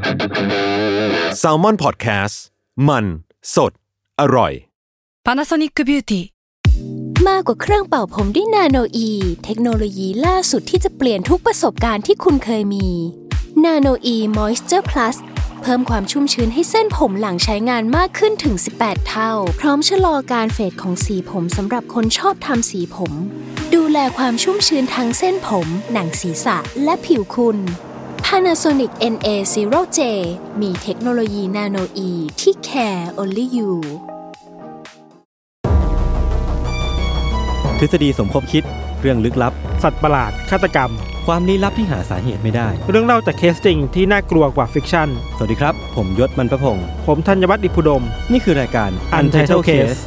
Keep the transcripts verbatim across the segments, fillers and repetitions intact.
Salmon Podcast มันสดอร่อย Panasonic Beauty มากกว่าเครื่องเป่าผมด้วยนาโนอีเทคโนโลยีล่าสุดที่จะเปลี่ยนทุกประสบการณ์ที่คุณเคยมีนาโนอี Moisture Plus เพิ่มความชุ่มชื้นให้เส้นผมหลังใช้งานมากขึ้นถึงสิบแปดเท่าพร้อมชะลอการเฟดของสีผมสำหรับคนชอบทำสีผมดูแลความชุ่มชื้นทั้งเส้นผมหนังศีรษะและผิวคุณ Panasonic เอ็น เอ ศูนย์ เจ มีเทคโนโลยีนาโนอีที่ care only you ทฤษฎีสมคบคิดเรื่องลึกลับสัตว์ประหลาดฆาตกรรมความลี้ลับที่หาสาเหตุไม่ได้เรื่องเล่าจากเคสจริงที่น่ากลัวกว่าฟิกชั่นสวัสดีครับผมยศมันประพงษ์ผมธัญวัฒน์อิพุดมนี่คือรายการ Untitled Case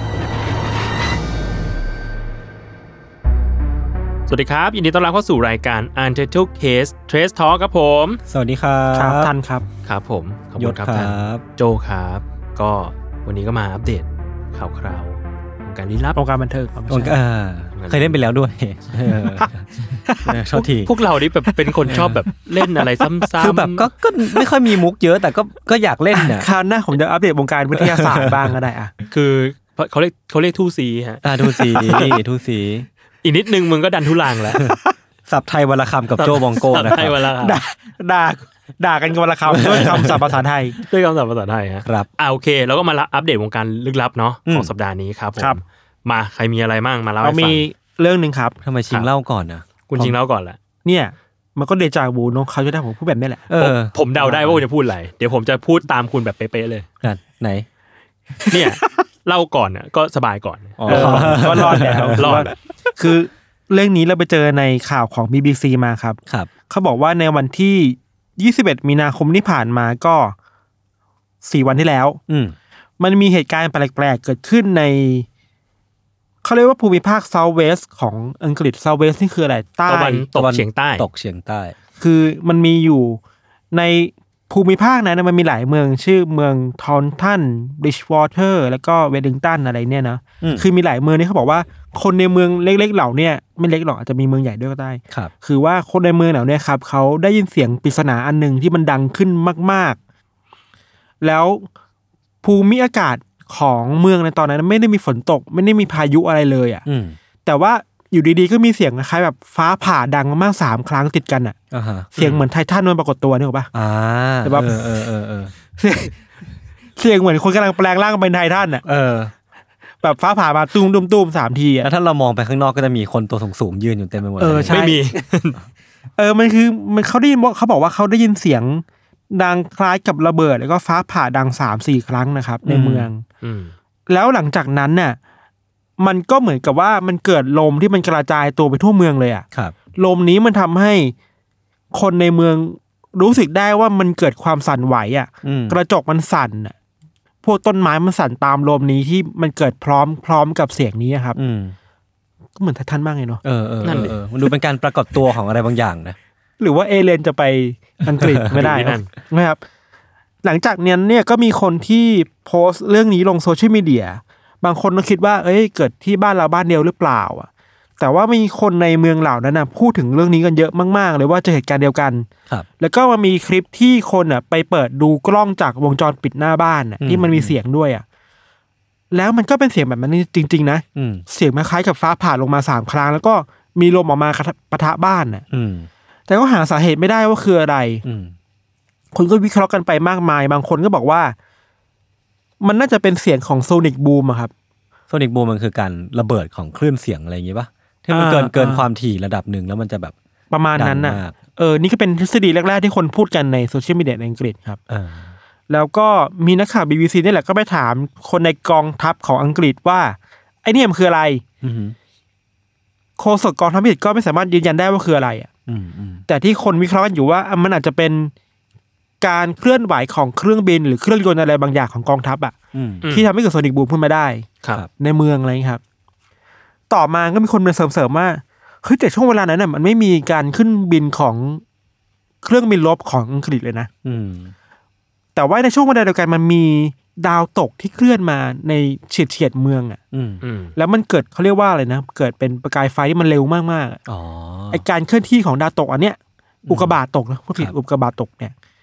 สวัสดีครับยินดีต้อนรับเข้าสู่รายการ Untitled Case Trace Talk ครับผมสวัสดีครับครับท่านครับครับผมขอบคุณครับท่านโจครับก็วันนี้ก็มาอัปเดตข่าวคราววงการลี้ลับวงการบันเทิงวงการเคยเล่นไปแล้วด้วยชอบทีพวกเรานี่แบบเป็นคนชอบแบบเล่นอะไรซ้ำๆคือแบบก็ก็ไม่ค่อยมีมุกเยอะแต่ก็ก็อยากเล่นน่ะคราวหน้าผมจะอัปเดตวงการวิทยาศาสตร์บ้างก็ได้อ่ะคือเขาเรียกเขาเรียกทู่ซีฮะอ่าทู่ซีทู่ซีอีกนิดนึงมึงก็ดันทุลังแล้วศัพท์ไทยวรรณคำกับโจบองโก้นะครับไทยวรรณคำด่าด่าด่ากันกับวรรณคำด้วยคำศัพท์ภาษาไทยด้วยคำศัพท์ภาษาไทยครับอ่าโอเคแล้วก็มาอัปเดตวงการลึกลับเนาะของสัปดาห์นี้ครับผมมาใครมีอะไรมั่งมาเล่าให้ฟังมีเรื่องนึงครับทำไมชิงเล่าก่อนนะคุณชิงเล่าก่อนแหละเนี่ยมันก็เดจาวูเนาะเขาจะได้ผมพูดแบบนี้แหละเออผมเดาได้ว่าคุณจะพูดอะไรเดี๋ยวผมจะพูดตามคุณแบบเป๊ะๆเลยไหนเนี่ยเล่าก่อนน่ะก็สบายก่อนก็รอดแล้วรอดคือเรื่องนี้เราไปเจอในข่าวของ บี บี ซี มาครับครับเขาบอกว่าในวันที่ยี่สิบเอ็ดมีนาคมที่ผ่านมาก็สี่วันที่แล้วอืมมันมีเหตุการณ์แปลกๆเกิดขึ้นในเขาเรียกว่าภูมิภาค South West ของอังกฤษ South West นี่คืออะไรใต้ตะวันตกเฉียงใต้ตกเฉียงใต้คือมันมีอยู่ในภูมิภาคนั้นมันมีหลายเมืองชื่อเมืองทอนทัน Bridgewater แล้วก็เวลลิงตันอะไรเนี่ยนะคือมีหลายเมืองนี่เขาบอกว่าคนในเมืองเล็กๆเหล่านี้ไม่เล็กหรอกอาจจะมีเมืองใหญ่ด้วยก็ได้ครับคือว่าคนในเมืองเหล่านี้ครับเขาได้ยินเสียงปริศนาอันนึงที่มันดังขึ้นมากๆแล้วภูมิอากาศของเมืองในตอนนั้นไม่ได้มีฝนตกไม่ได้มีพายุอะไรเลยอ่ะแต่ว่าอยู่ดีๆก็มีเสียงคล้ายๆแบบฟ้าผ่าดังมากๆสามครั้งติดกันอ่ะเสียงเหมือนไททันมันปรากฏตัวนี่หรอปะอ่าแต่ว่าเออเออเออเออเสียงเหมือนคนกำลังแปลงร่างเป็นไททันอ่ะเออแบบฟ้าผ่ามาตุ้มตุ้มตุ้มสามทีอ่ะแล้วถ้าเรามองไปข้างนอกก็จะมีคนตัวสูงๆยืนอยู่เต็มไปหมดไม่มีเออมันคือมันเขาได้ยินว่าเขาบอกว่าเขาได้ยินเสียงดังคล้ายกับระเบิดแล้วก็ฟ้าผ่าดัง สามสี่ ครั้งนะครับในเมืองแล้วหลังจากนั้นน่ะมันก็เหมือนกับว่ามันเกิดลมที่มันกระจายตัวไปทั่วเมืองเลยอ่ะลมนี้มันทำให้คนในเมืองรู้สึกได้ว่ามันเกิดความสั่นไหวอ่ะกระจกมันสั่นอ่ะพวกต้นไม้มันสั่นตามลมนี้ที่มันเกิดพร้อมพร้อมกับเสียงนี้ครับก็เหมือนไททันมากเลยเนาะเออเออนั่นเออมันดูเป็นการปรากฏตัวของอะไรบางอย่างนะหรือว่าเอเลนจะไปอังกฤษไม่ได้นะครับหลังจากนั้นเนี่ยก็มีคนที่โพสต์เรื่องนี้ลงโซเชียลมีเดียบางคนก็คิดว่าเอ้ยเกิดที่บ้านเราบ้านเดียวหรือเปล่าอ่ะแต่ว่ามีคนในเมืองเหล่านั้นน่ะพูดถึงเรื่องนี้กันเยอะมากๆเลยว่าเจอเหตุการณ์เดียวกันครับแล้วก็มันมีคลิปที่คนอ่ะไปเปิดดูกล้องจากวงจรปิดหน้าบ้านน่ะที่มันมีเสียงด้วยอ่ะแล้วมันก็เป็นเสียงแบบนั้นจริงๆนะเสียงคล้ายกับฟ้าผ่าลงมาสามครั้งแล้วก็มีลมออกมาปะทะบ้านน่ะแต่ก็หาสาเหตุไม่ได้ว่าคืออะไรคนก็วิเคราะห์กันไปมากมายบางคนก็บอกว่ามันน่าจะเป็นเสียงของโซนิกบูมอะครับโซนิกบูมมันคือการระเบิดของคลื่นเสียงอะไรอย่างงี้ป่ะที่มันเกินเกินความถี่ระดับหนึ่งแล้วมันจะแบบประมาณนั้นน่ะเออนี่ก็เป็นทฤษฎีแรกๆที่คนพูดกันในโซเชียลมีเดียในอังกฤษครับแล้วก็มีนักข่าว บี บี ซี นี่แหละก็ไปถามคนในกองทัพของอังกฤษว่าไอ้นี่มันคืออะไรโฆษกกองทัพอังกฤษก็ไม่สามารถยืนยันได้ว่าคืออะไรอ่ะแต่ที่คนวิเคราะห์กันอยู่ว่ามันอาจจะเป็นการเคลื่อนไหวของเครื่องบินหรือเครื่องยนต์อะไรบางอย่างของกองทัพอ่ะที่ทำให้เกิดโซนิกบูมขึ้นมาได้ในเมืองอะไรครับต่อมาก็มีคนมาเสริมๆว่าเฮ้ยแต่ช่วงเวลานั้นน่ะมันไม่มีการขึ้นบินของเครื่องบินรบของอังกฤษเลยนะแต่ว่าในช่วงเวลาเดียวกันมันมีดาวตกที่เคลื่อนมาในเฉียดเฉียดเมืองอ่ะแล้วมันเกิดเขาเรียกว่าอะไรนะเกิดเป็นประกายไฟที่มันเร็วมากๆอ๋อไอการเคลื่อนที่ของดาวตกอันเนี้ยอุกกาบาตตกนะพูดผิดอุกกาบาตตกเนี่ย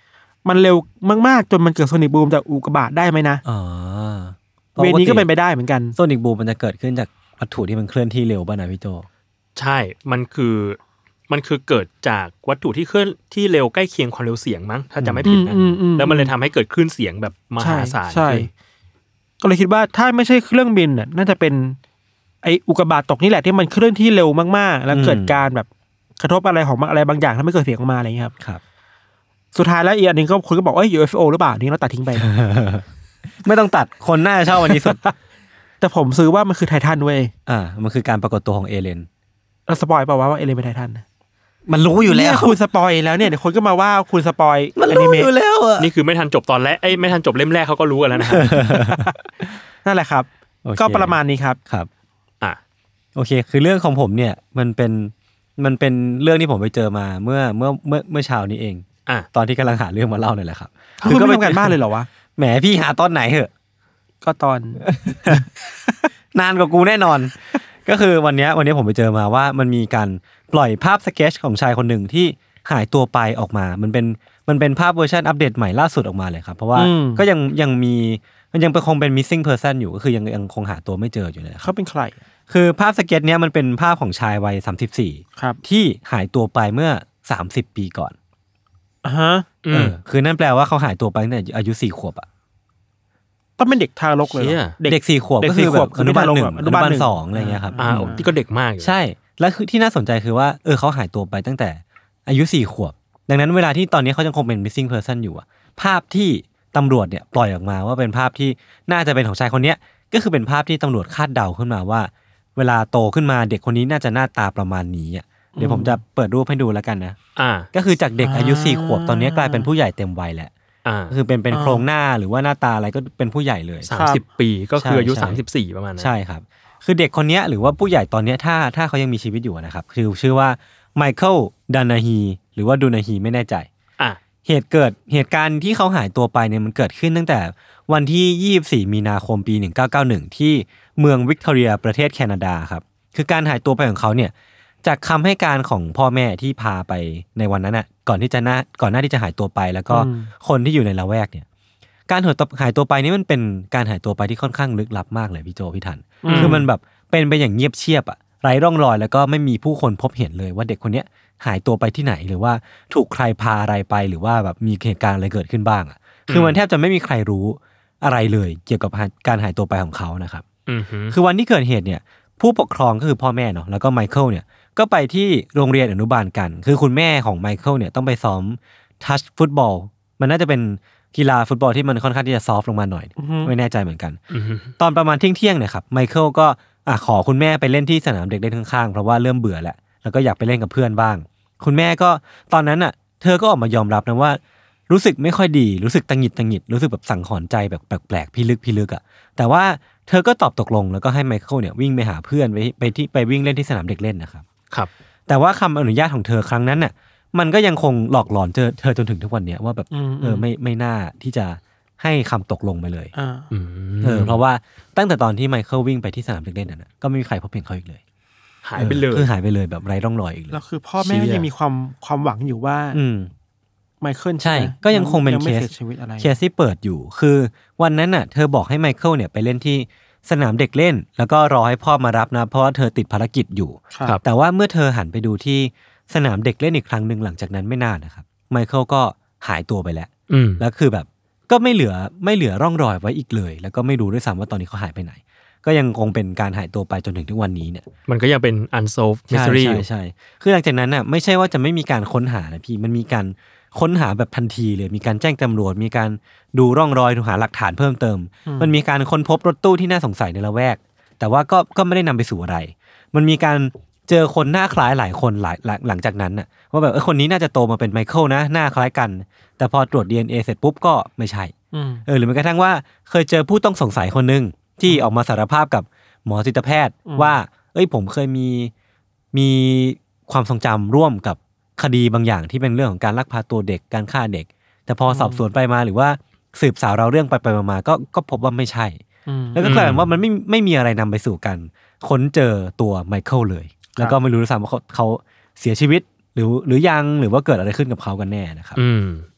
มันเร็วมากๆจนมันเกิดโซนิกบูมจากอุกกาบาตได้ไหมนะอ๋อเวนี้ก็เป็นไปได้เหมือนกันโซนิกบูมมันจะเกิดขึ้นจากวัตถุที่มันเคลื่อนที่เร็วป่ะนะพี่โจใช่มันคือมันคือเกิดจากวัตถุที่เคลื่อนที่เร็วใกล้เคียงความเร็วเสียงมั้งถ้าจำไม่ผิดนะแล้วมันเลยทำให้เกิดคลื่นเสียงแบบมหาศาลใช่ก็เลยคิดว่าถ้าไม่ใช่เครื่องบินน่ะน่าจะเป็นไออุกกาบาตตกนี่แหละที่มันเคลื่อนที่เร็วมากๆแล้วเกิดการแบบกระทบอะไรของอะไรบางอย่างทำให้เกิดเสียงออกมาอะไรอย่างเงี้ยครับครับสุดท้ายแล้วอีกอันนึงก็คนก็บอกว่า ยู เอฟ โอ หรือเปล่านี่เราตัดทิ้งไปไม่ต้องตัดคนน่าจะชอบวันนี้สุดแต่ผมซื้อว่ามันคือไททันเว้ยอ่ามันคือการปรากฏตัวของเอเลนเราสปอยเปล่าว่าเอเลนเป็นไททันมันรู้อยู่แล้วคุณสปอยแล้วเนี่ยเดี๋ยวคนก็มาว่าคุณสปอยมันรู้อยู่แล้วอ่ะนี่คือไม่ทันจบตอนแรกไอ้ไม่ทันจบเล่มแรกเขาก็รู้กันแล้วนะนั่นแหละครับก็ประมาณนี้ครับครับอ่ะโอเคคือเรื่องของผมเนี่ยมันเป็นมันเป็นเรื่องที่ผมไปเจอมาเมื่อเมื่อเมื่อเมื่อเช้านี้เองอ่ะตอนที่กำลังหาเรื่องมาเล่าเนี่ยแหละครับคือก็ไม่ทำกันบ้านเลยเหรอวะแหมพี่หาตอนไหนเหอะก็ตอนนานกว่ากูแน่นอนก็คือวันนี้วันนี้ผมไปเจอมาว่ามันมีการปล่อยภาพสเก็ตช์ของชายคนหนึ่งที่หายตัวไปออกมามันเป็นมันเป็นภาพเวอร์ชันอัปเดตใหม่ล่าสุดออกมาเลยครับเพราะว่าก็ยังยังมีมันยังเป็นคงเป็น missing person อยู่ก็คือยังยังคงหาตัวไม่เจออยู่เลยเขาเป็นใครคือภาพสเก็ตเนี้ยมันเป็นภาพของชายวัยสามสิบสี่ครับที่หายตัวไปเมื่อสามสิบปีก่อนอ่าฮะเออคือนั่นแปลว่าเขาหายตัวไปตั้งแต่อายุสี่ขวบอ่ะต้องเป็นเด็กทารกเลยเด็กสี่ขวบก็คือแบบอนุบาลหนึ่งอนุบาลสองอะไรเงี้ยครับอ่าที่ก็เด็กมากใช่แล้วคือที่น่าสนใจคือว่าเออเขาหายตัวไปตั้งแต่อายุสี่ขวบดังนั้นเวลาที่ตอนนี้เขายังคงเป็น missing person อยู่อะภาพที่ตำรวจเนี่ยปล่อยออกมาว่าเป็นภาพที่น่าจะเป็นของชายคนเนี้ยก็คือเป็นภาพที่ตำรวจคาดเดาขึ้นมาว่าเวลาโตขึ้นมาเด็กคนนี้น่าจะหน้าตาประมาณนี้อ่ะเดี๋ยวผมจะเปิดรูปให้ดูแล้วกันนะอ่าก็คือจากเด็กอายุสี่ขวบตอนนี้กลายเป็นผู้ใหญ่เต็มวัยแล้วอ่าคือเป็นเป็นโครงหน้าหรือว่าหน้าตาอะไรก็เป็นผู้ใหญ่เลยสามสิบปีก็คืออายุสามสิบสี่ประมาณนั้นใช่ครับคือเด็กคนนี้หรือว่าผู้ใหญ่ตอนนี้ถ้าถ้าเขายังมีชีวิตอยู่นะครับคือชื่อว่าไมเคิลดานาฮีหรือว่าดูนาฮีไม่แน่ใจอ่ะเหตุเกิดเหตุการณ์ที่เขาหายตัวไปเนี่ยมันเกิดขึ้นตั้งแต่วันที่ยี่สิบสี่มีนาคมปีหนึ่งพันเก้าร้อยเก้าสิบเอ็ดที่เมืองวิกตอเรียประเทศแคนาดาครับคือการหายตัวไปของเขาเนี่ยจากคำให้การของพ่อแม่ที่พาไปในวันนั้นน่ะก่อนที่จะหน้าก่อนหน้าที่จะหายตัวไปแล้วก็คนที่อยู่ในละแวกเนี่ยการหายตัวไปนี่มันเป็นการหายตัวไปที่ค่อนข้างลึกลับมากเลยพี่โจพี่ทันคือมันแบบเป็นไปอย่างเงียบเชียบอ่ะไร้ร่องรอยแล้วก็ไม่มีผู้คนพบเห็นเลยว่าเด็กคนเนี้ยหายตัวไปที่ไหนหรือว่าถูกใครพาอะไรไปหรือว่าแบบมีเหตุการณ์อะไรเกิดขึ้นบ้างอ่ะคือมันแทบจะไม่มีใครรู้อะไรเลยเกี่ยวกับการหายตัวไปของเขานะครับคือวันที่เกิดเหตุเนี่ยผู้ปกครองก็คือพ่อแม่เนาะแล้วก็ไมเคิลเนี่ยก็ไปที่โรงเรียนอนุบาลกันคือคุณแม่ของไมเคิลเนี่ยต้องไปซ้อมทัชฟุตบอลมันน่าจะเป็นกีฬาฟุตบอลที่มันค่อนข้างที่จะซอฟต์ลงมาหน่อยไม่แน่ใจเหมือนกันตอนประมาณเที่ยงๆเนี่ยครับไมเคิลก็อ่ะขอคุณแม่ไปเล่นที่สนามเด็กเล่นข้างๆเพราะว่าเริ่มเบื่อแล้วแล้วก็อยากไปเล่นกับเพื่อนบ้างคุณแม่ก็ตอนนั้นอ่ะเธอก็ออกมายอมรับนะว่ารู้สึกไม่ค่อยดีรู้สึกตังหิดตังหิดรู้สึกแบบสังหรณ์ใจแบบแปลกๆพิลึกพิลึกอ่ะแต่ว่าเธอก็ตอบตกลงแล้วก็ให้ไมเคิลเนี่ยวิ่งไปหาเพื่อนไปไปที่ไปวิ่งเล่นที่สนามเด็กเล่นนะครับครับแต่ว่าคำอนุญาตของเธอครั้งนั้นน่ะมันก็ยังคงหลอกหลอนเธอเธอจนถึงทุกวันนี้ว่าแบบเออไม่ไม่น่าที่จะให้คำตกลงไปเลยเออเพราะว่าตั้งแต่ตอนที่ไมเคิลวิ่งไปที่สนามเด็กเล่นน่ะก็ไม่มีใครพบเห็นเขาอีกเลยหายไปเลยคือหายไปเลยแบบไร้ร่องรอยอีกเลยแล้วคือพ่อแม่ยังมีความความหวังอยู่ว่าไมเคิลใช่ก็ยังคงเป็นเคสเคสที่เปิดอยู่คือวันนั้นน่ะเธอบอกให้ไมเคิลเนี่ยไปเล่นที่สนามเด็กเล่นแล้วก็รอให้พ่อมารับนะเพราะว่าเธอติดภารกิจอยู่แต่ว่าเมื่อเธอหันไปดูที่สนามเด็กเล่นอีกครั้งนึงหลังจากนั้นไม่นานนะครับไมเคิลก็หายตัวไปแล้วแล้วคือแบบก็ไม่เหลือไม่เหลือร่องรอยไว้อีกเลยแล้วก็ไม่รู้ด้วยซ้ำว่าตอนนี้เขาหายไปไหนก็ยังคงเป็นการหายตัวไปจนถึงทุกวันนี้เนี่ยมันก็ยังเป็น unsolved mystery ใช่ใช่คือหลังจากนั้นน่ะไม่ใช่ว่าจะไม่มีการค้นหานะพี่มันมีการค้นหาแบบทันทีเลยมีการแจ้งตำรวจมีการดูร่องรอยดูหาหลักฐานเพิ่มเติมมันมีการค้นพบรถตู้ที่น่าสงสัยในละแวกแต่ว่าก็ก็ไม่ได้นำไปสู่อะไรมันมีการเจอคนหน้าคล้ายหลายคนหลายหลังจากนั้นน่ะว่าแบบเออคนนี้น่าจะโตมาเป็นไมเคิลนะหน้าคล้ายกันแต่พอตรวจ ดี เอ็น เอ เสร็จปุ๊บก็ไม่ใช่เออหรือแม้กระทั่งว่าเคยเจอผู้ต้องสงสัยคนนึงที่ออกมาสารภาพกับหมอจิตแพทย์ว่าเอ้ยผมเคยมีมีความทรงจำร่วมกับคดีบางอย่างที่เป็นเรื่องของการลักพาตัวเด็กการฆ่าเด็กแต่พอสอบสวนไปมาหรือว่าสืบสาวเราเรื่องไปไปมาก็ก็พบว่าไม่ใช่แล้วก็กลายเป็นว่ามันไม่ไม่มีอะไรนำไปสู่การค้นเจอตัวไมเคิลเลยแล้วก็ไม่รู้ด้วยซ้ำว่าเขาเขาเสียชีวิตหรือหรือยังหรือว่าเกิดอะไรขึ้นกับเขากันแน่นะครับ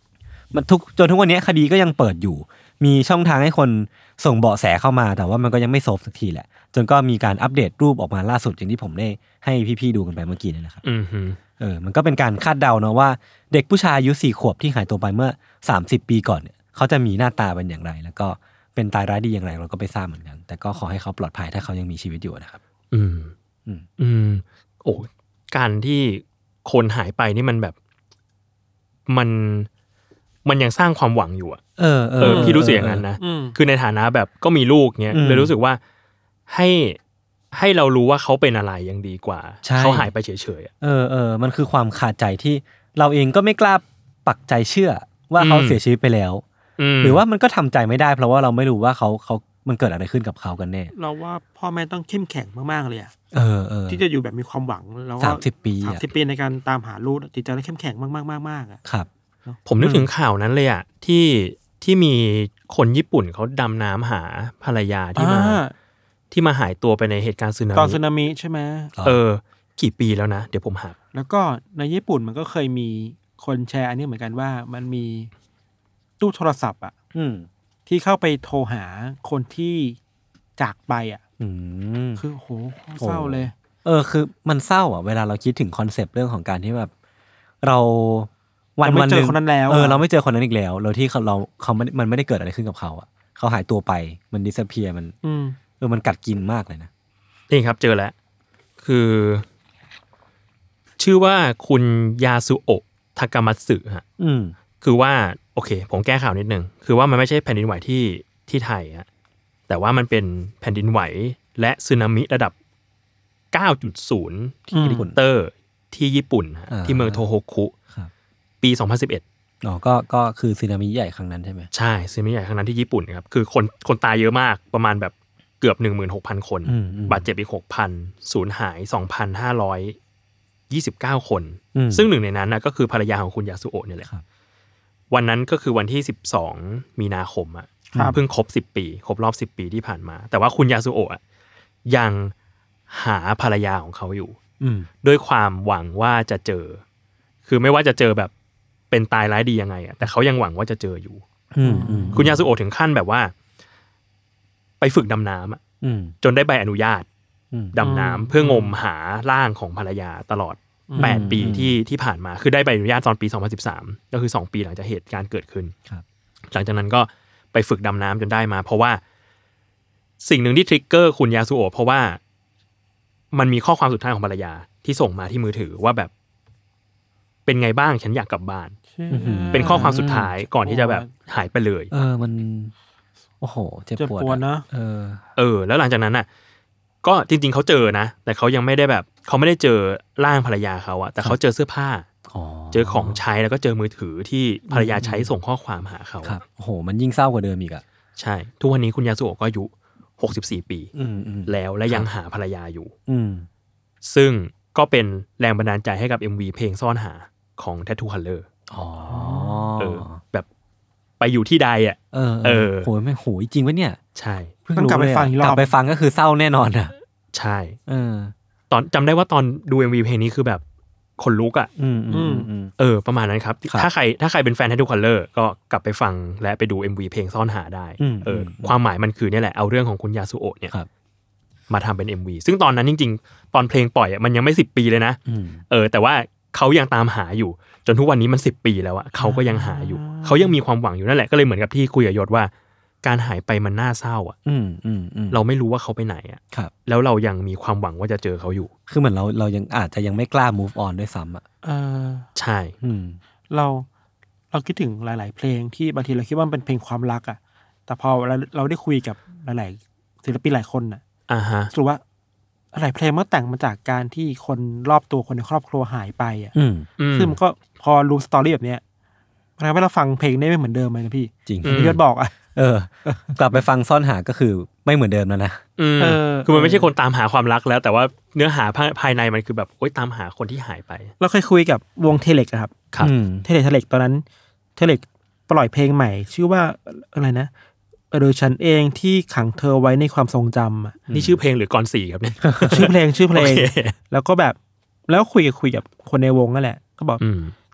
มันทุกจนทุกวันนี้คดีก็ยังเปิดอยู่มีช่องทางให้คนส่งเบาะแสเข้ามาแต่ว่ามันก็ยังไม่โซฟสักทีแหละจนก็มีการอัปเดตรูปออกมาล่าสุดอย่างที่ผมได้ให้พี่ๆดูกันไปเมื่อกี้นี่แหละครับเออมันก็เป็นการคาดเดาเนาะว่าเด็กผู้ชายอายุสี่ขวบที่หายตัวไปเมื่อสามสิบปีก่อนเนี่ยเขาจะมีหน้าตาเป็นอย่างไรแล้วก็เป็นตายร้ายดีอย่างไรเราก็ไม่ทราบเหมือนกันแต่ก็ขอให้เขาปลอดภัยถ้าเขายังมีชีวิตอยู่นะครับอืมอืมอืมโอ้การที่คนหายไปนี่มันแบบมันมันยังสร้างความหวังอยู่อ่ะเออเออพี่รู้สึกอย่างนั้นนะคือในฐานะแบบก็มีลูกเนี้ยเลยรู้สึกว่าให้ให้เรารู้ว่าเขาเป็นอะไรยังดีกว่าเขาหายไปเฉยๆเออเออมันคือความขาดใจที่เราเองก็ไม่กล้าปักใจเชื่อว่าเขาเสียชีวิตไปแล้วหรือว่ามันก็ทำใจไม่ได้เพราะว่าเราไม่รู้ว่าเขาเขามันเกิดอะไรขึ้นกับเขากันแน่เราว่าพ่อแม่ต้องเข้มแข็งมากๆเลยอ่ะเออเออที่จะอยู่แบบมีความหวังแล้วสามสิบปีสามสิบปีในการตามหาลูกจิตใจต้องเข้มแข็งมากๆๆๆอ่ะครับผมนึกถึงข่าวนั้นเลยอ่ะที่ที่มีคนญี่ปุ่นเขาดำน้ำหาภรรยาที่มาที่มาหายตัวไปในเหตุการณ์สึนามิตอนสึนามิใช่ไหมเออกี่ปีแล้วนะเดี๋ยวผมหาแล้วก็ในญี่ปุ่นมันก็เคยมีคนแชร์อันนี้เหมือนกันว่ามันมีตู้โทรศัพท์อ่ะที่เข้าไปโทรหาคนที่จากไปอ่ะคือโหเศร้าเลยเออคือมันเศร้าอ่ะเวลาเราคิดถึงคอนเซปต์เรื่องของการที่แบบเราวันวันนึงเออเราไม่เจอคนนั้นอีกแล้วโดยที่เราเขาไม่มันไม่ได้เกิดอะไรขึ้นกับเขาอ่ะเขาหายตัวไปมันดิสเพียร์มันเออมันกัดกินมากเลยนะนี่ครับเจอแล้วคือชื่อว่าคุณยาสุโอะทากามัตสึฮะคือว่าโอเคผมแก้ข่าวนิดนึงคือว่ามันไม่ใช่แผ่นดินไหวที่ที่ไทยฮะแต่ว่ามันเป็นแผ่นดินไหวและสึนามิระดับ เก้าจุดศูนย์ ที่ริกเตอร์ที่ญี่ปุ่นฮะที่เมืองโทโฮคุปีสองพันสิบเอ็ดอ๋อก็ก็คือสึนามิใหญ่ครั้งนั้นใช่ไหมใช่สึนามิใหญ่ครั้งนั้นที่ญี่ปุ่นครับคือคนคนตายเยอะมากประมาณแบบเกือบ หนึ่งหมื่นหกพัน คนบาดเจ็บอีก หกพัน สูญหาย สองพันห้าร้อยยี่สิบเก้า คนซึ่งหนึ่งในนั้นนะก็คือภรรยาของคุณยาสุโอะเนี่ยแหละวันนั้นก็คือวันที่สิบสองมีนาคมอ่ะเพิ่งครบสิบปีครบรอบสิบปีที่ผ่านมาแต่ว่าคุณยาสุโอะยังหาภรรยาของเขาอยู่ด้วยความหวังว่าจะเจอคือไม่ว่าจะเจอแบบเป็นตายร้ายดียังไงอ่ะแต่เขายังหวังว่าจะเจออยู่คุณยาสุโอะถึงขั้นแบบว่าไปฝึกดำน้ำอ่ะจนได้ใบอนุญาตดำน้ำเพื่องมหาร่างของภรรยาตลอดแปดปีที่ที่ผ่านมาคือได้ใบอนุญาตตอนปีสองพันสิบสามก็คือสองปีหลังจากเหตุการณ์เกิดขึ้นหลังจากนั้นก็ไปฝึกดำน้ำจนได้มาเพราะว่าสิ่งหนึ่งที่ทริกเกอร์คุณยาสุโอะเพราะว่ามันมีข้อความสุดท้ายของภรรยาที่ส่งมาที่มือถือว่าแบบเป็นไงบ้างฉันอยากกลับบ้านเป็นข้อความสุดท้ายก่อนที่จะแบบหายไปเลยเออมันโอ้โหเจ็บปวดนะเออเออแล้วหลังจากนั้นน่ะก็จริงๆเขาเจอนะแต่เขายังไม่ได้แบบเขาไม่ได้เจอร่างภรรยาเขาอะแต่เขาเจอเสื้อผ้าเจอของใช้แล้วก็เจอมือถือที่ภรรยาใช้ส่งข้อความหาเขาครับโอ้โหมันยิ่งเศร้ากว่าเดิมอีกอะใช่ทุกวันนี้คุณยาสุโอะก็อายุหกสิบสี่ปีแล้วและยังหาภรรยาอยู่ซึ่งก็เป็นแรงบันดาลใจให้กับ เอ็ม วี เพลงซ่อนหาของ Tattoo Color อ๋อเออแบบไปอยู่ที่ใดอ่ะเออเออโหไม่โหจริงวะเนี่ยใช่ต้องกลับไปฟังอีกรอบกลับไปฟังก็คือเศร้าแน่นอนอ่ะใช่เออตอนจำได้ว่าตอนดู เอ็ม วี เพลงนี้คือแบบขนลุกอ่ะอืมอืมเออประมาณนั้นครับถ้าใครถ้าใครเป็นแฟน Tattoo Color ก็กลับไปฟังและไปดู เอ็ม วี เพลงซ่อนหาได้เออความหมายมันคือเนี่ยแหละเอาเรื่องของคุณยาสุโอะเนี่ยมาทำเป็น เอ็ม วี ซึ่งตอนนั้นจริงๆตอนเพลงปล่อยมันยังไม่สิบปีเลยนะเออแต่ว่าเขายังตามหาอยู่จนทุกวันนี้มันสิบปีแล้วอะเขาก็ยังหาอยู่เขายังมีความหวังอยู่นั่นแหละก็เลยเหมือนกับที่คุยกับยศว่าการหายไปมันน่าเศร้าอะเราไม่รู้ว่าเขาไปไหนอะแล้วเรายังมีความหวังว่าจะเจอเขาอยู่คือเหมือนเราเรายังอาจจะยังไม่กล้า move on ด้วยซ้ำอะเออใช่เราเราคิดถึงหลายๆเพลงที่บางทีเราคิดว่ามันเป็นเพลงความรักอะแต่พอเราเราได้คุยกับหลายๆศิลปินหลายคนอะอ่าฮะสรุปว่าหลายเพลงมันแต่งมาจากการที่คนรอบตัวคนในครอบครัวหายไปอ่ะซึ่งมันก็พอรู้สตอรี่แบบเนี้ยมันทำให้เราฟังเพลงได้ไม่เหมือนเดิมเลยนะพี่จริงพี่ยศบอกอ่ะเออกลับไปฟังซ่อนหาก็คือไม่เหมือนเดิมแล้วนะเออคือมันไม่ใช่คนตามหาความรักแล้วแต่ว่าเนื้อหาภายในมันคือแบบโอ๊ยตามหาคนที่หายไปเราเคยคุยกับวงเทเล็กครับครับเทเล็กเทเล็กตอนนั้นเทเล็กปล่อยเพลงใหม่ชื่อว่าอะไรนะโดยฉันเองที่ขังเธอไว้ในความทรงจำอ่ะนี่ชื่อเพลงหรือกรสี่ครับเนี่ยชื่อเพลงชื่อเพลงแล้วก็แบบแล้วคุยกับคุยกับคนในวงนั่นแหละก็บอก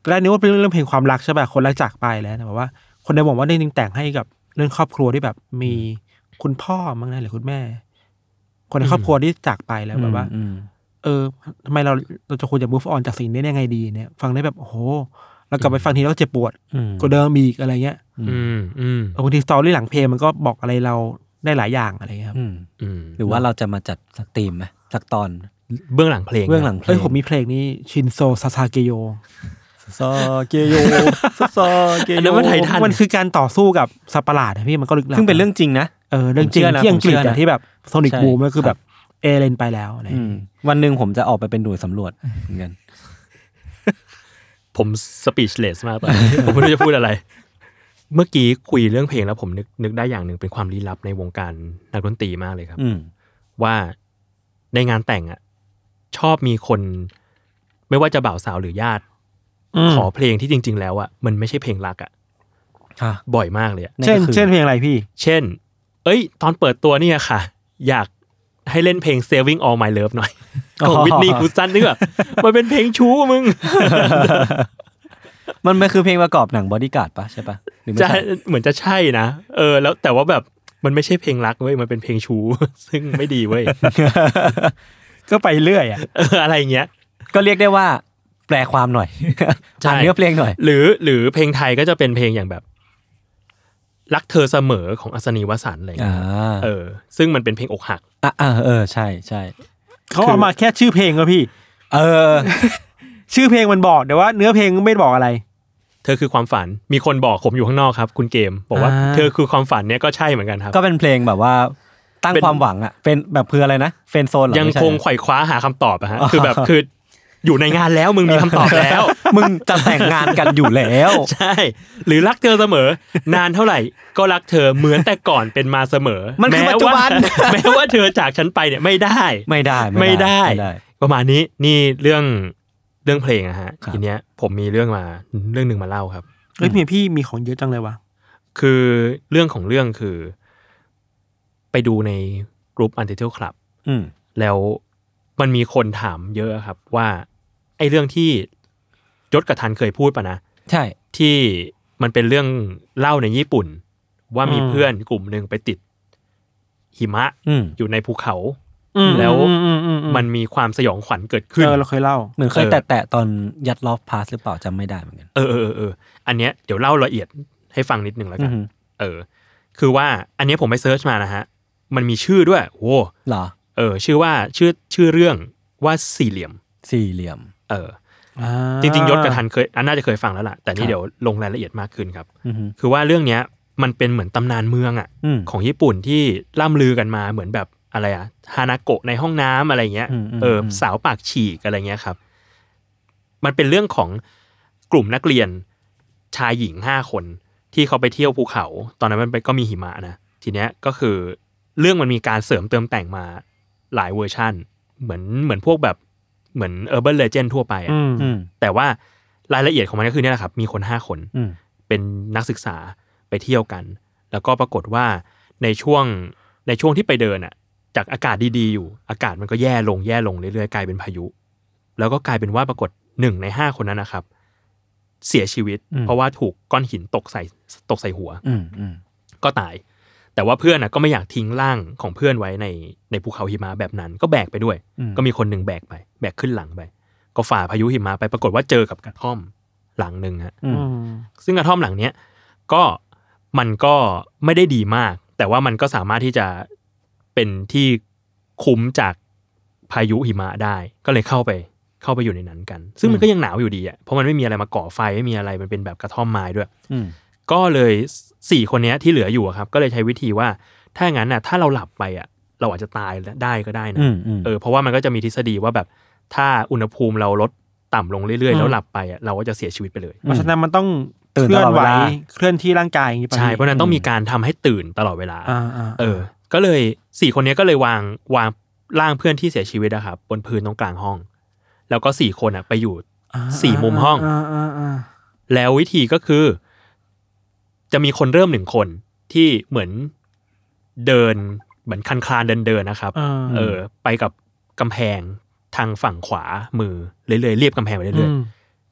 ตอนแรกนึกว่าเป็นเรื่องเพลงความรักใช่ป่ะคนรักจากไปแล้วแต่ว่าคนได้บอกว่าจริงๆแต่งให้กับเรื่องครอบครัวที่แบบมีคุณพ่อมั้งนะหรือคุณแม่คนในครอบครัวที่จากไปแล้วแบบว่าเออทำไมเราเราจะควรจะ move on จากสิ่งนี้ได้ยังไงดีเนี่ยฟังได้แบบโอ้โหแล้วกลับไปฟังทีแล้วก็เจ็บปวดก็เดิมอีกอะไรเงี้ยอืมอืมบางทีสตอรี่หลังเพลงมันก็บอกอะไรเราได้หลายอย่างอะไรเงี้ยครับหรือว่าเราจะมาจัดสักธีมไหมสักตอนเบื้องหลังเพลงเบื้องหลังเพลงเอ้ยผมมีเพลงนี้ชินโซซาซาเกโยซาเกโยซาเกโยมันไททันมันคือการต่อสู้กับสัตว์ประหลาดนะพี่มันก็ลึกลับซึ่งเป็นเรื่องจริงนะเออเรื่องจริงที่อังกฤษอะที่แบบโซนิกบูมก็คือแบบเอเลนไปแล้วอะไรวันนึงผมจะออกไปเป็นหน่วยสำรวจเหมือนกันผมสปีชเลสมากตอนนี้ผมไม่รู้จะพูดอะไรเมื่อกี้คุยเรื่องเพลงแล้วผมนึกนึกได้อย่างหนึ่งเป็นความลี้ลับในวงการนักดนตรีมากเลยครับว่าในงานแต่งอ่ะชอบมีคนไม่ว่าจะบ่าวสาวหรือญาติขอเพลงที่จริงๆแล้วอ่ะมันไม่ใช่เพลงรักอ่ะบ่อยมากเลยเช่นเช่นเพลงอะไรพี่เช่นเอ้ยตอนเปิดตัวเนี่ยค่ะอยากให้เล่นเพลง Saving All My Love หน่อยของวิทนีย์ฮูสตันนึกว่ามันเป็นเพลงชู้มึงมันมันคือเพลงประกอบหนัง Bodyguard ป่ะใช่ป่ะหรือไม่ใช่เหมือนจะใช่นะเออแล้วแต่ว่าแบบมันไม่ใช่เพลงรักเว้ยมันเป็นเพลงชู้ซึ่งไม่ดีเว้ยก็ไปเรื่อยอ่ะเอออะไรเงี้ยก็เรียกได้ว่าแปลความหน่อยอ่านเนื้อเพลงหน่อยหรือหรือเพลงไทยก็จะเป็นเพลงอย่างแบบรักเธอเสมอของอัศนีวสันต์อะไรเงี้ยเออซึ่งมันเป็นเพลงอกหักอ่าเออใช่ใช่เขาเอามาแค่ชื่อเพลงก็พี่เออชื่อเพลงมันบอกแต่ว่าเนื้อเพลงไม่บอกอะไรเธอคือความฝันมีคนบอกผมอยู่ข้างนอกครับคุณเกมบอกว่าเธอคือความฝันเนี่ยก็ใช่เหมือนกันครับก็เป็นเพลงแบบว่าตั้งความหวังอ่ะเป็นแบบเพื่ออะไรนะเฟรนด์โซนเหรอยังคงไขว่คว้าหาคำตอบอะฮะคือแบบคืออยู่ในงานแล้วมึงมีคำตอบแล้วมึงจะแต่งงานกันอยู่แล้วใช่หรือรักเธอเสมอนานเท่าไหร่ก็รักเธอเหมือนแต่ก่อนเป็นมาเสมอมันคือปัจจุบันแม้ว่าเธอจากฉันไปเนี่ยไม่ได้ไม่ได้ไม่ได้ประมาณนี้นี่เรื่องเรื่องเพลงอะฮะทีเนี้ยผมมีเรื่องมาเรื่องนึงมาเล่าครับเฮ้ยพี่พี่มีของเยอะจังเลยวะคือเรื่องของเรื่องคือไปดูในกลุ่ม Untitled Club อืมแล้วมันมีคนถามเยอะครับว่าไอ้เรื่องที่ยศกับทันเคยพูดป่ะนะใช่ที่มันเป็นเรื่องเล่าในญี่ปุ่นว่ามีเพื่อนกลุ่มนึงไปติดหิมะ อ, อยู่ในภูเขาแล้วมันมีความสยองขวัญเกิดขึ้นเออเราเคยเล่าเหมือนเคยแตะๆตอนยัดลอฟพาสหรือเปล่าจำไม่ได้เหมือนกันเออเออเอออันเนี้ยเดี๋ยวเล่าละเอียดให้ฟังนิดนึงแล้วกันเออคือว่าอันนี้ผมไปเซิร์ชมานะฮะมันมีชื่อด้วยโอ้เหรอเออชื่อว่าชื่อชื่อเรื่องว่าสี่เหลี่ยมสี่เหลี่ยมเออจริงๆยศกับทันเคยอันน่าจะเคยฟังแล้วล่ะแต่นี่เดี๋ยวลงรายละเอียดมากขึ้นครับคือว่าเรื่องเนี้ยมันเป็นเหมือนตำนานเมืองอ่ะของญี่ปุ่นที่ล่ำลือกันมาเหมือนแบบอะไรอะฮานาโกะในห้องน้ำอะไรเงี้ยเออสาวปากฉีกอะไรเงี้ยครับมันเป็นเรื่องของกลุ่มนักเรียนชายหญิงห้าคนที่เขาไปเที่ยวภูเขาตอนนั้นมันก็มีหิมะนะทีเนี้ยก็คือเรื่องมันมีการเสริมเติมแต่งมาหลายเวอร์ชั่นเหมือนเหมือนพวกแบบเหมือน Urban Legend ทั่วไปอ่ะแต่ว่ารายละเอียดของมันก็คือเนี่ยแหละครับมีคนห้าคนเป็นนักศึกษาไปเที่ยวกันแล้วก็ปรากฏว่าในช่วงในช่วงที่ไปเดินอ่ะจากอากาศดีๆอยู่อากาศมันก็แย่ลงแย่ลงเรื่อยๆกลายเป็นพายุแล้วก็กลายเป็นว่าปรากฏหนึ่งในห้าคนนั้นนะครับเสียชีวิตเพราะว่าถูกก้อนหินตกใส่ตกใส่หัวก็ตายแต่ว่าเพื่อนน่ะก็ไม่อยากทิ้งร่างของเพื่อนไว้ในในภูเขาหิมะแบบนั้นก็แบกไปด้วยก็มีคนหนึ่งแบกไปแบกขึ้นหลังไปก็ฝ่าพายุหิมะไปปรากฏว่าเจอกับกระท่อมหลังนึงฮะซึ่งกระท่อมหลังเนี้ยก็มันก็ไม่ได้ดีมากแต่ว่ามันก็สามารถที่จะเป็นที่คุ้มจากพายุหิมะได้ก็เลยเข้าไปเข้าไปอยู่ในนั้นกันซึ่งมันก็ยังหนาวอยู่ดีอ่ะเพราะมันไม่มีอะไรมาก่อไฟไม่มีอะไรมันเป็นแบบกระท่อมไม้ด้วยก็เลยสี่คนนี้ที่เหลืออยู่ครับก็เลยใช้วิธีว่าถ้างั้นน่ะถ้าเราหลับไปอ่ะเราอาจจะตายได้ก็ได้นะเออเพราะว่ามันก็จะมีทฤษฎีว่าแบบถ้าอุณหภูมิเราลดต่ำลงเรื่อยๆแล้วหลับไปอ่ะเราก็จะเสียชีวิตไปเลยเพราะฉะนั้นมันต้องเคลื่อนไหวเคลื่อนที่ร่างกายอย่างนี้ไปใช่เพราะนั้นต้องมีการทำให้ตื่นตลอดเวลาเออก็เลยสี่คนนี้ก็เลยวางวางร่างเพื่อนที่เสียชีวิตอะครับบนพื้นตรงกลางห้องแล้วก็สี่คนอ่ะไปอยู่สี่มุมห้องแล้ววิธีก็คือจะมีคนเริ่มหนึ่งคนที่เหมือนเดินเหมือนคันคลานเดินเดินนะครับเออไปกับกำแพงทางฝั่งขวามือเรื่อยๆเรียบกำแพงไปเรื่อยๆ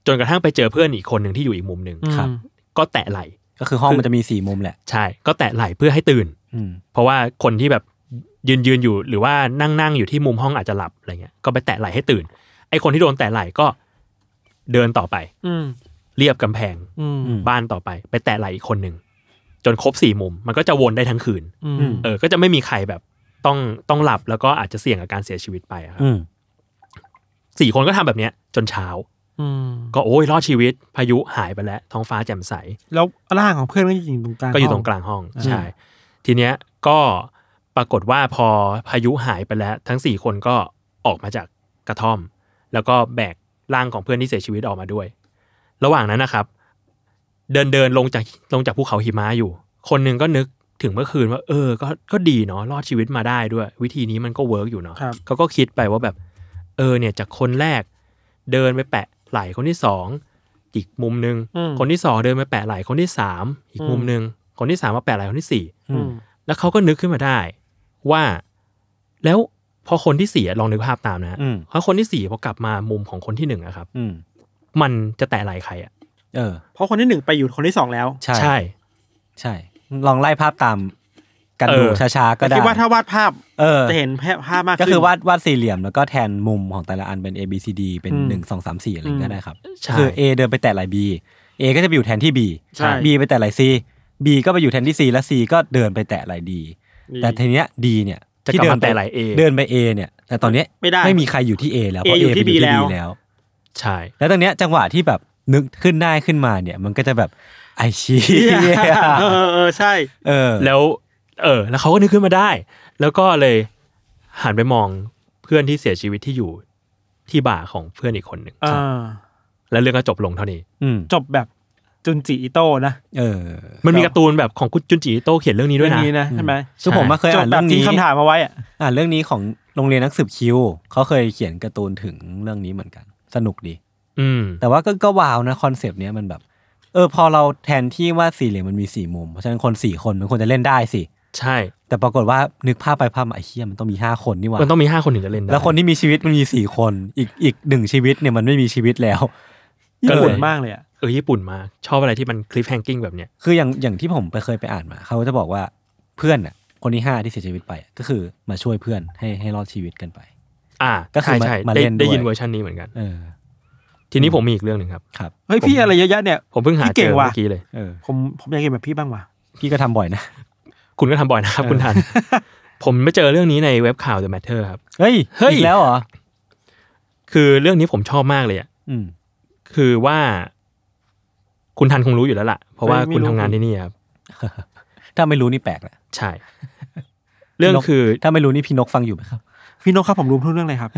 จนกระทั่งไปเจอเพื่อนอีกคนหนึ่งที่อยู่อีกมุมหนึ่งครับก็แตะไหล่ก็คือห้องมันจะมีสี่มุมแหละใช่ก็แตะไหล่เพื่อให้ตื่นเพราะว่าคนที่แบบยืนยืนอยู่หรือว่านั่งนั่งอยู่ที่มุมห้องอาจจะหลับอะไรเงี้ยก็ไปแตะไหล่ให้ตื่นไอ้คนที่โดนแตะไหล่ก็เดินต่อไปเรียบกำแพงบ้านต่อไปไปแตะไหล่อีกคนหนึ่งจนครบสี่มุมมันก็จะวนได้ทั้งคืนเออก็จะไม่มีใครแบบต้องต้องหลับแล้วก็อาจจะเสี่ยงกับการเสียชีวิตไปครับสี่คนก็ทำแบบเนี้ยจนเช้าก็โอ้ยรอดชีวิตพายุหายไปแล้วท้องฟ้าแจ่มใสแล้วร่างของเพื่อนก็อยู่ตรงกลางก็อยู่ตรงกลางห้องใช่ทีเนี้ยก็ปรากฏว่าพอพายุหายไปแล้วทั้งสี่คนก็ออกมาจากกระท่อมแล้วก็แบกร่างของเพื่อนที่เสียชีวิตออกมาด้วยระหว่างนั้นนะครับเดินเดินลงจากลงจากภูเขาหิมะอยู่คนนึงก็นึกถึงเมื่อคืนว่าเออก็ก็ดีเนาะรอดชีวิตมาได้ด้วยวิธีนี้มันก็เวิร์กอยู่เนาะเขาก็คิดไปว่าแบบเออเนี่ยจากคนแรกเดินไปแปะไหล่คนที่สองอีกมุมนึงคนที่สองเดินไปแปะไหล่คนที่สามอีกมุมนึงคนที่สามมาแปะไหล่คนที่สี่แล้วเขาก็นึกขึ้นมาได้ว่าแล้วพอคนที่สี่ลองนึกภาพตามนะเพราะคนที่สี่พอกลับมามุมของคนที่หนึ่งอะครับมันจะแตะไหล่ใครอะเออเพราะคนที่หนึ่งไปอยู่คนที่สองแล้วใช่ใช่ใช่ลองไล่ภาพตามกันดูช้าๆก็ได้คิดว่าถ้าวาดภาพจะเห็นภาพมากขึ้นก็คือวาดวาดสี่เหลี่ยมแล้วก็แทนมุมของแต่ละอันเป็น A B C D เป็นหนึ่ง สอง สาม สี่อะไรก็ได้ครับคือ A เดินไปแตะไหล่ B A ก็จะไปอยู่แทนที่ B B ไปแตะไหล่ C B ก็ไปอยู่แทนที่ C และ C ก็เดินไปแตะไหล่ D แต่ทีเนี้ย D เนี่ยที่เดินไปไหล่ A เดินไป A เนี่ยแต่ตอนนี้ไม่ไม่มีใครอยู่ที่ A แล้วเพราะ A อยู่ที่ B แล้วใช่แล้วตรงเนี้ยจังหวะที่แบบนึกขึ้นได้ขึ้นมาเนี่ยมันก็จะแบบไอ้ชี้เออเออใช่เออแล้วเออแล้วเขาก็นึกขึ้นมาได้แล้วก็เลยหันไปมองเพื่อนที่เสียชีวิตที่อยู่ที่บ่าของเพื่อนอีกคนหนึ่งแล้วเรื่องก็จบลงเท่านี้จบแบบจุนจิอิโต้นะเออมันมีการ์ตูนแบบของคุณจุนจิอิโต้เขียนเรื่องนี้ด้วยนะใช่ไหมซึ่งผมมาเคยอ่านเรื่องนี้คำถามมาไว้อ่านเรื่องนี้ของโรงเรียนนักสืบคิวเขาเคยเขียนการ์ตูนถึงเรื่องนี้เหมือนกันสนุกดีอืมแต่ว่าก็ก็ว้าวนะคอนเซปต์เนี้ยมันแบบเออพอเราแทนที่ว่าสี่เหลี่ยมมันมีสี่มุมเพราะฉะนั้นคนสี่คนมันควรจะเล่นได้สิใช่แต่ปรากฏว่านึกภาพไปภาพมาไอ้เหี้ยมันต้องมีห้าคนนี่หว่ามันต้องมีห้าคนถึงจะเล่นได้แล้วคนที่มีชีวิตมันมีสี่คนอีกอีกหนึ่งชีวิตเนี่ยมันไม่มีชีวิตแล้วญี่ปุ่นมากเลยอ่ะเออญี่ปุ่นมากชอบอะไรที่มันคลิฟแฮงกิ้งแบบเนี้ยคืออย่างอย่างที่ผมไปเคยไปอ่านมาเขาจะบอกว่าเพื่อนน่ะคนที่ห้าที่เสียชีวิตไปก็คือมาช่วยเพื่อนให้ให้รอดชีวิตกันไปอ่าก็คือมาเล่นได้ยินเวอร์ชันนี้เหมือนกันเออทีนี้ผมมีอีกเรื่องนึงครับครับเฮ้ยพี่อะไรเยอะแยะเนี่ยผมเพิ่งหาเจอเมื่อกี้เลยเออผมผมอยากเห็นแบบพี่บ้างว่ะพี่ก็ทำบ่อยนะคุณก็ทำบ่อยนะครับคุณทันผมไปเจอเรื่องนี้ในเว็บข่าว The Matter ครับเฮ้ยอีกแล้วเหรอคือเรื่องนี้ผมชอบมากเลยอ่ะคือว่าคุณทันคงรู้อยู่แล้วล่ะเพราะว่าคุณทำงานที่นี่ครับถ้าไม่รู้นี่แปลกแหละใช่เรื่องคือถ้าไม่รู้นี่พี่นกฟังอยู่ไหมครับพี่นกครับผมรู้ทุกเรื่องเลยครับ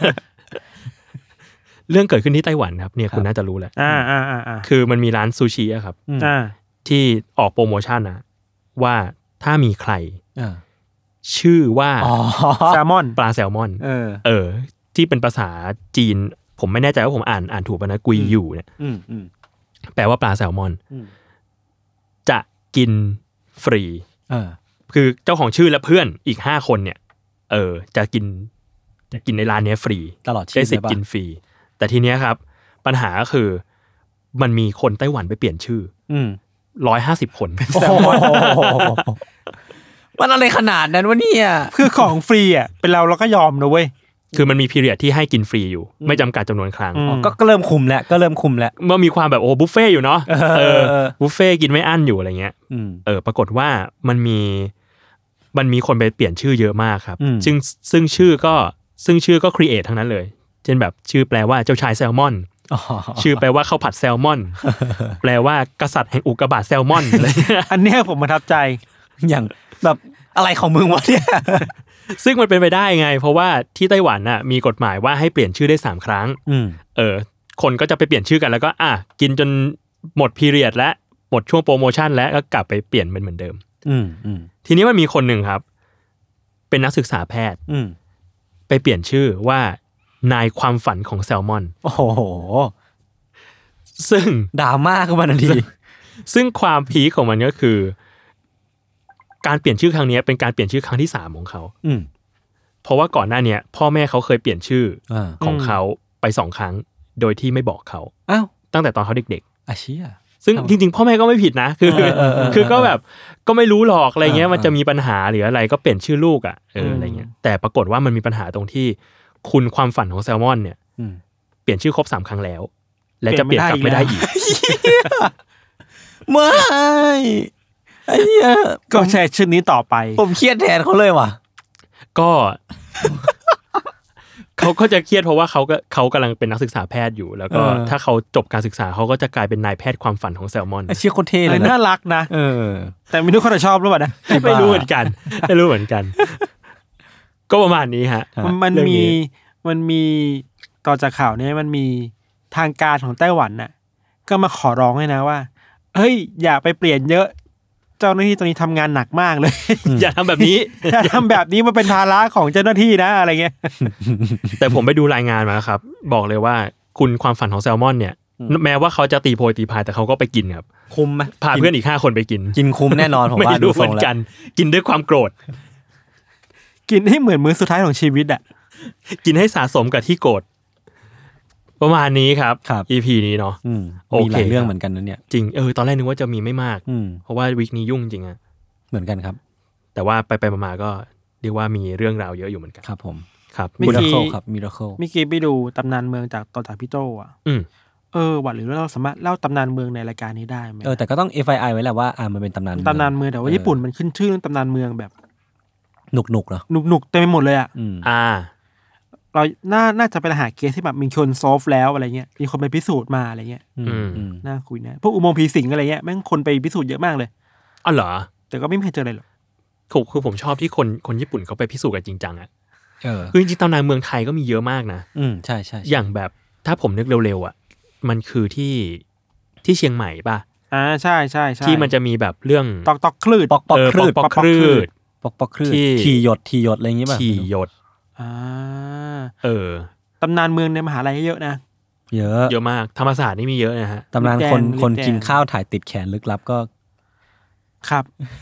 เรื่องเกิดขึ้นที่ไต้หวันครับเนี่ยคุณน่าจะรู้แหละอ่าอ่าอ่าคือมันมีร้านซูชิอะครับอ่าที่ออกโปรโมชั่นนะว่าถ้ามีใครชื่อว่าแซลมอนปลาแซลมอนเออเออที่เป็นภาษาจีนผมไม่แน่ใจว่าผมอ่านอ่านถูกป่ะนะกุยอยู่เนี่ยแปลว่าปลาแซลมอนจะกินฟรีเออคือเจ้าของชื่อและเพื่อนอีกห้าคนเนี่ยเออจะกินจะกินในร้านนี้ฟรีตลอดชีวิตได้สิทธิ์กินฟรีแต่ทีเนี้ยครับปัญหาก็คือมันมีคนไต้หวันไปเปลี่ยนชื่อร้อยห้าสิบคนมันอะไรขนาดนั้นวะเนี่ยคือของฟรีอ่ะเป็นเราเราก็ยอมนะเว้ยคือมันมีพีเรียดที่ให้กินฟรีอยู่ไม่จำกัดจำนวนครั้งก็เริ่มคุมแล้วก็เริ่มคุมแล้วเมื่อมีความแบบโอ้บุฟเฟ่อยู่เนาะเออบุฟเฟ่กินไม่อั้นอยู่อะไรเงี้ยเออปรากฏว่ามันมีมันมีคนไปเปลี่ยนชื่อเยอะมากครับซึ่งซึ่งชื่อก็ซึ่งชื่อก็ครีเอททั้งนั้นเลยเช่นแบบชื่อแปลว่าเจ้าชายแซลมอนชื่อแปลว่าข้าวผัดแซลมอนแปลว่ากษัตริย์แห่งอุกกาบาตแซลมอนอะไรอันนี้ผมประทับใจอย่างแบบอะไรของมึงวะเนี่ยซึ่งมันเป็นไปได้ไงเพราะว่าที่ไต้หวันน่ะมีกฎหมายว่าให้เปลี่ยนชื่อได้สามครั้งเออคนก็จะไปเปลี่ยนชื่อกันแล้วก็อ่ะกินจนหมดพีเรียดและหมดช่วงโปรโมชั่นแล้วก็กลับไปเปลี่ยนเป็นเหมือนเดิมทีนี้มันมีคนหนึ่งครับเป็นนักศึกษาแพทย์ไปเปลี่ยนชื่อว่านายความฝันของแซลมอนโอ้โหซึ่งดราม่าขึ้นมาทันทีซึ่งความพีคของมันก็คือการเปลี่ยนชื่อครั้งนี้เป็นการเปลี่ยนชื่อครั้งที่สามของเขาอืมเพราะว่าก่อนหน้านี้พ่อแม่เขาเคยเปลี่ยนชื่อของเขาไปสองครั้งโดยที่ไม่บอกเขาอ้าวตั้งแต่ตอนเขาเด็กๆอาเชี่ยซึ่งจริงๆพ่อแม่ก็ไม่ผิดนะคือคือก็แบบก็ไม่รู้หรอกอะไรเงี้ยมันจะมีปัญหาหรืออะไรก็เปลี่ยนชื่อลูกอ่ะเอออะไรเงี้ยแต่ปรากฏว่ามันมีปัญหาตรงที่คุณความฝันของแซลมอนเนี่ยเปลี่ยนชื่อครบสามครั้งแล้วและจะเปลี่ยนกลับไม่ได้อีกไม่ไอ้เหี้ยก็ใช้ชื่อนี้ต่อไปผมเครียดแทนเขาเลยว่ะก็เขาก็จะเครียดเพราะว่าเขาก็เขากำลังเป็นนักศึกษาแพทย์อยู่แล้วก็ถ้าเขาจบการศึกษาเขาก็จะกลายเป็นนายแพทย์ความฝันของแซลมอนเชี่ยโคตรเท่เลยน่ารักนะเออแต่ไม่รู้เขาจะชอบหรือเปล่านะไม่รู้เหมือนกันไม่รู้เหมือนกันก็ประมาณนี้ฮะมันมีมันมีต่อจากข่าวนี้มันมีทางการของไต้หวันน่ะก็มาขอร้องให้นะว่าเฮ้ยอย่าไปเปลี่ยนเยอะเจ้าหน้าที่ตอนนี้ทำงานหนักมากเลยอย่าทำแบบนี้อย่าทำแบบนี้มันเป็นภาระของเจ้าหน้าที่นะอะไรเงี้ยแต่ผมไปดูรายงานมาครับบอกเลยว่าคุณความฝันของแซลมอนเนี่ยแม้ว่าเขาจะตีโพยตีพายแต่เขาก็ไปกินครับคุ้มไหมพาเพื่อนอีกห้าคนไปกินกินคุ้มแน่นอนผมว่าดูทรงแล้วกินด้วยความโกรธกินให้เหมือนมื้อสุดท้ายของชีวิตอ่ะกินให้สะสมกับที่โกรธประมาณนี้ครับ อี พี นี้เนาะมีหลายเรื่องเหมือนกันนะเนี่ยจริงเออตอนแรกนึกว่าจะมีไม่มากเพราะว่าวีคนี้ยุ่งจริงอะเหมือนกันครับแต่ว่าไปๆมาๆก็เรียกว่ามีเรื่องราวเยอะอยู่เหมือนกันครับผมครับมิราเคิลครับมิราเคิลเมื่อกี้ไปดูตำนานเมืองจากตอนจากพี่โจอ่ะเออวัดหรือเราสามารถเล่าตำนานเมืองในรายการนี้ได้ไหมเออแต่ก็ต้อง เอฟ ไอ ไอ ไว้แหละว่าอ่ามันเป็นตำนานตำนานเมืองแต่ว่าญี่ปุ่นมันขึ้นชื่อเรื่องตำนานเมืองแบบหนุกๆเหรอหนุกๆเต็มไปหมดเลยอ่ะอ่าเราน่าน่าจะเป็นหาเคสที่แบบมีคนซอฟแล้วอะไรเงี้ยมีคนไปพิสูจน์มาอะไรเงี้ยน่าคุยนะพวกอุโมงค์ผีสิงอะไรเงี้ยแม่งคนไปพิสูจน์เยอะมากเลยอ๋อเหรอแต่ก็ไม่เคยเจออะไรหรอกคือคือผมชอบที่คนคนญี่ปุ่นเขาไปพิสูจน์กันจริงจังอ่ะคือจริงๆตำนานเมืองไทยก็มีเยอะมากนะอืมใช่ใช่อย่างแบบถ้าผมนึกเร็วๆอ่ะมันคือที่ที่เชียงใหม่ป่ะอ่าใช่ใช่ใช่ที่มันจะมีแบบเรื่องตอกตอกคลื่นปอกปอกคลื่นปอกคลื่นปอกปอกคลื่นทีหยดทีหยดอะไรอย่างงี้ป่ะทีหยดอ่าเออตำนานเมืองในมหาลัยเยอะนะเยอะเยอะมากธรรมศาสตร์นี่มีเยอะนะฮะตำนานคนคนกินข้าวถ่ายติดแขนลึกลับก็ครับ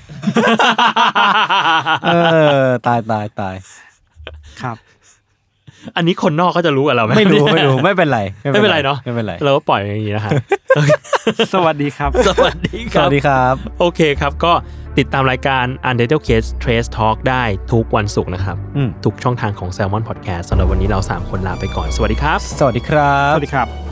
เออตายตายตายครับอันนี้คนนอกก็จะรู้กับเราไหมไม่รู้ไม่รู้ไม่เป็นไรไม่เป็นไรเนาะไม่เป็นไรเราก็ปล่อยอย่างนี้นะฮะสวัสดีครับสวัสดีครับสวัสดีครับโอเคครับก็ติดตามรายการ Untitled Case Trace Talk ได้ทุกวันศุกร์นะครับทุกช่องทางของ Salmon Podcast สำหรับวันนี้เราสามคนลาไปก่อนสวัสดีครับสวัสดีครับสวัสดีครับ